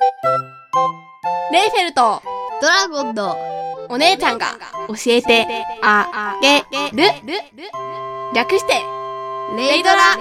レイフェルトドラゴンのお姉ちゃんが教えてあげる。略してレイドラ。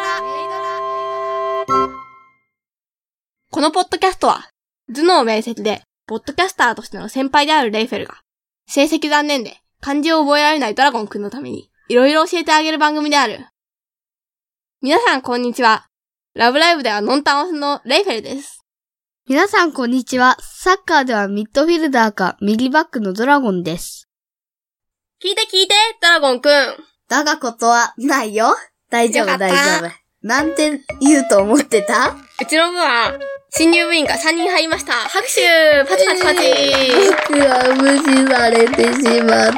このポッドキャストは頭脳明晰でポッドキャスターとしての先輩であるレイフェルが成績残念で漢字を覚えられないドラゴンくんのためにいろいろ教えてあげる番組である。皆さんこんにちは。ラブライブではノンタンオスのレイフェルです。 皆さんこんにちは。サッカーではミッドフィルダーか右バックのドラゴンです。 聞いてドラゴンくん。 だがことはないよ。大丈夫。なんて言うと思ってた？ うちの部は新入部員が3人入りました。拍手パチパチパチ、 僕は無視されてしまった。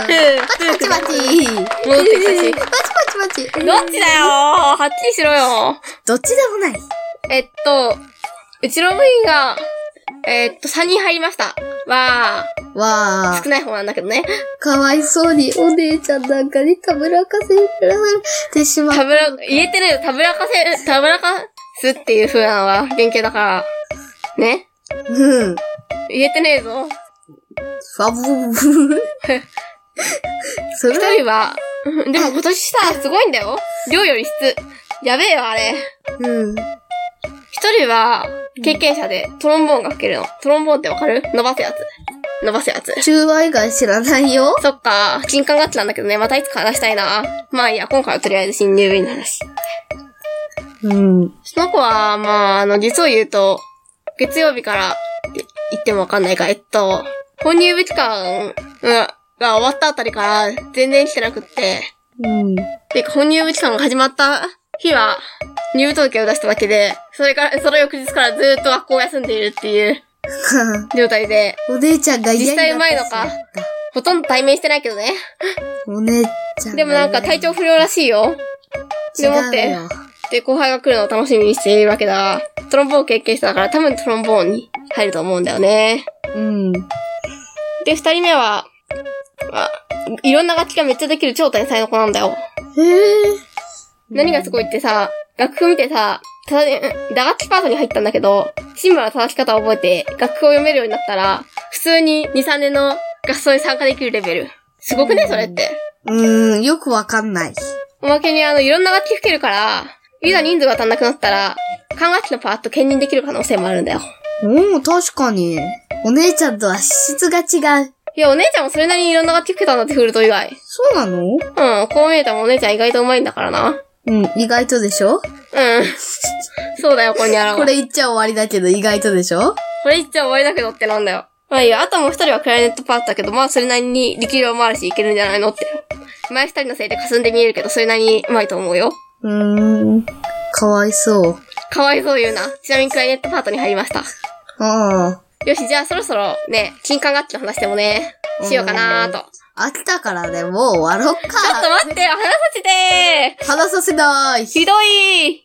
パチパチパチ戻ってきたし。 パチパチパチ。 どっちだよはっきりしろよ。 どっちでもない。 うちの部員が、3人入りました。わー。少ない方なんだけどね。 かわいそうにお姉ちゃんなんかにたぶらかせられてしまった。 言えてないよ。たぶらかすっていう風なのは原型だから。ね。 うん。 言えてねえぞ。 ファブブブ。 一人は、でも今年さ、すごいんだよ。量より質。やべえよ、あれ。 うん。 一人は、経験者でトロンボーンが吹けるの。トロンボーンってわかる？伸ばすやつ。 中和以外知らないよ。 そっか、金管楽器なんだけどね、またいつか話したいな。まあいいや、今回はとりあえず新入部員の話。 うん。 その子は、実を言うと、月曜日からって言ってもわかんないか、本入部期間が終わったあたりから全然来てなくって、 うん。 で、本入部期間が始まった日は、入部届を出しただけで、その翌日からずーっと学校を休んでいるっていう状態で、 お姉ちゃんが実際うまいのか、ほとんど対面してないけどね。 お姉ちゃん。 でもなんか体調不良らしいよ。でもって、で、後輩が来るのを楽しみにしているわけだ。トロンボーン経験者だから多分トロンボーンに入ると思うんだよね。 うん。 で、二人目は、いろんな楽器がめっちゃできる超天才の子なんだよ。何がすごいってさ、楽譜見てさ、打楽器パートに入ったんだけど、シンバルの叩き方を覚えて、楽譜を読めるようになったら、普通に2、3年の合奏に参加できるレベル。すごくね、それって。 よくわかんない。 おまけにいろんな楽器吹けるから、いざ人数が足んなくなったら、管楽器のパート兼任できる可能性もあるんだよ。 確かに。お姉ちゃんとは質が違う。 いや、お姉ちゃんもそれなりにいろんな楽器吹けたんだって、フルート以外。 そうなの？ こう見えてもお姉ちゃん意外と上手いんだからな。 意外とでしょ？ そうだよ、こんにゃらは。 これ言っちゃ終わりだけど意外とでしょ？ これ言っちゃ終わりだけどってなんだよ。まあいいよ、あともう一人はクラリネットパートだけど、まあそれなりに力量もあるしいけるんじゃないのって。前二人のせいで霞んで見えるけど、それなりに上手いと思うよ。 かわいそう。 かわいそう言うな。ちなみにクラリネットパートに入りました。よし、じゃあそろそろね、金管楽器の話でもね、しようかなーと。 飽きたからね、もう終わろっか。 ちょっと待って、 話させない。 ひどい。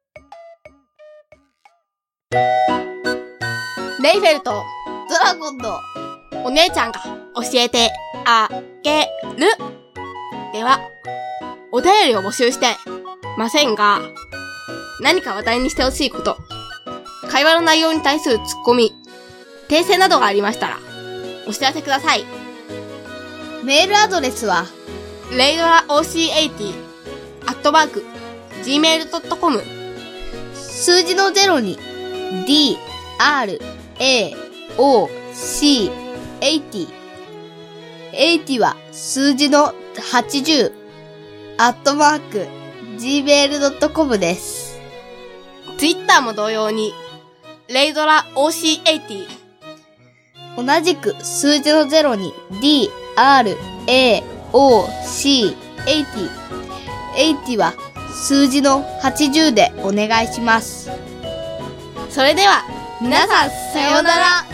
レイフェルト、 ドラゴンのお姉ちゃんが教えてあげる。では、お便りを募集してませんが、何か話題にしてほしいこと、会話の内容に対するツッコミ、訂正などがありましたら、お知らせください。 メールアドレスは、 raidoraoc80@gmail.com 数字の0に、D-R-A-O-C-80 80は数字の80、@gmail.com です。 ツイッターも同様に、レイドラ OC80 同じく数字の0に D-R-A-O-C-80 80は数字の80でお願いします。 それでは皆さんさようなら。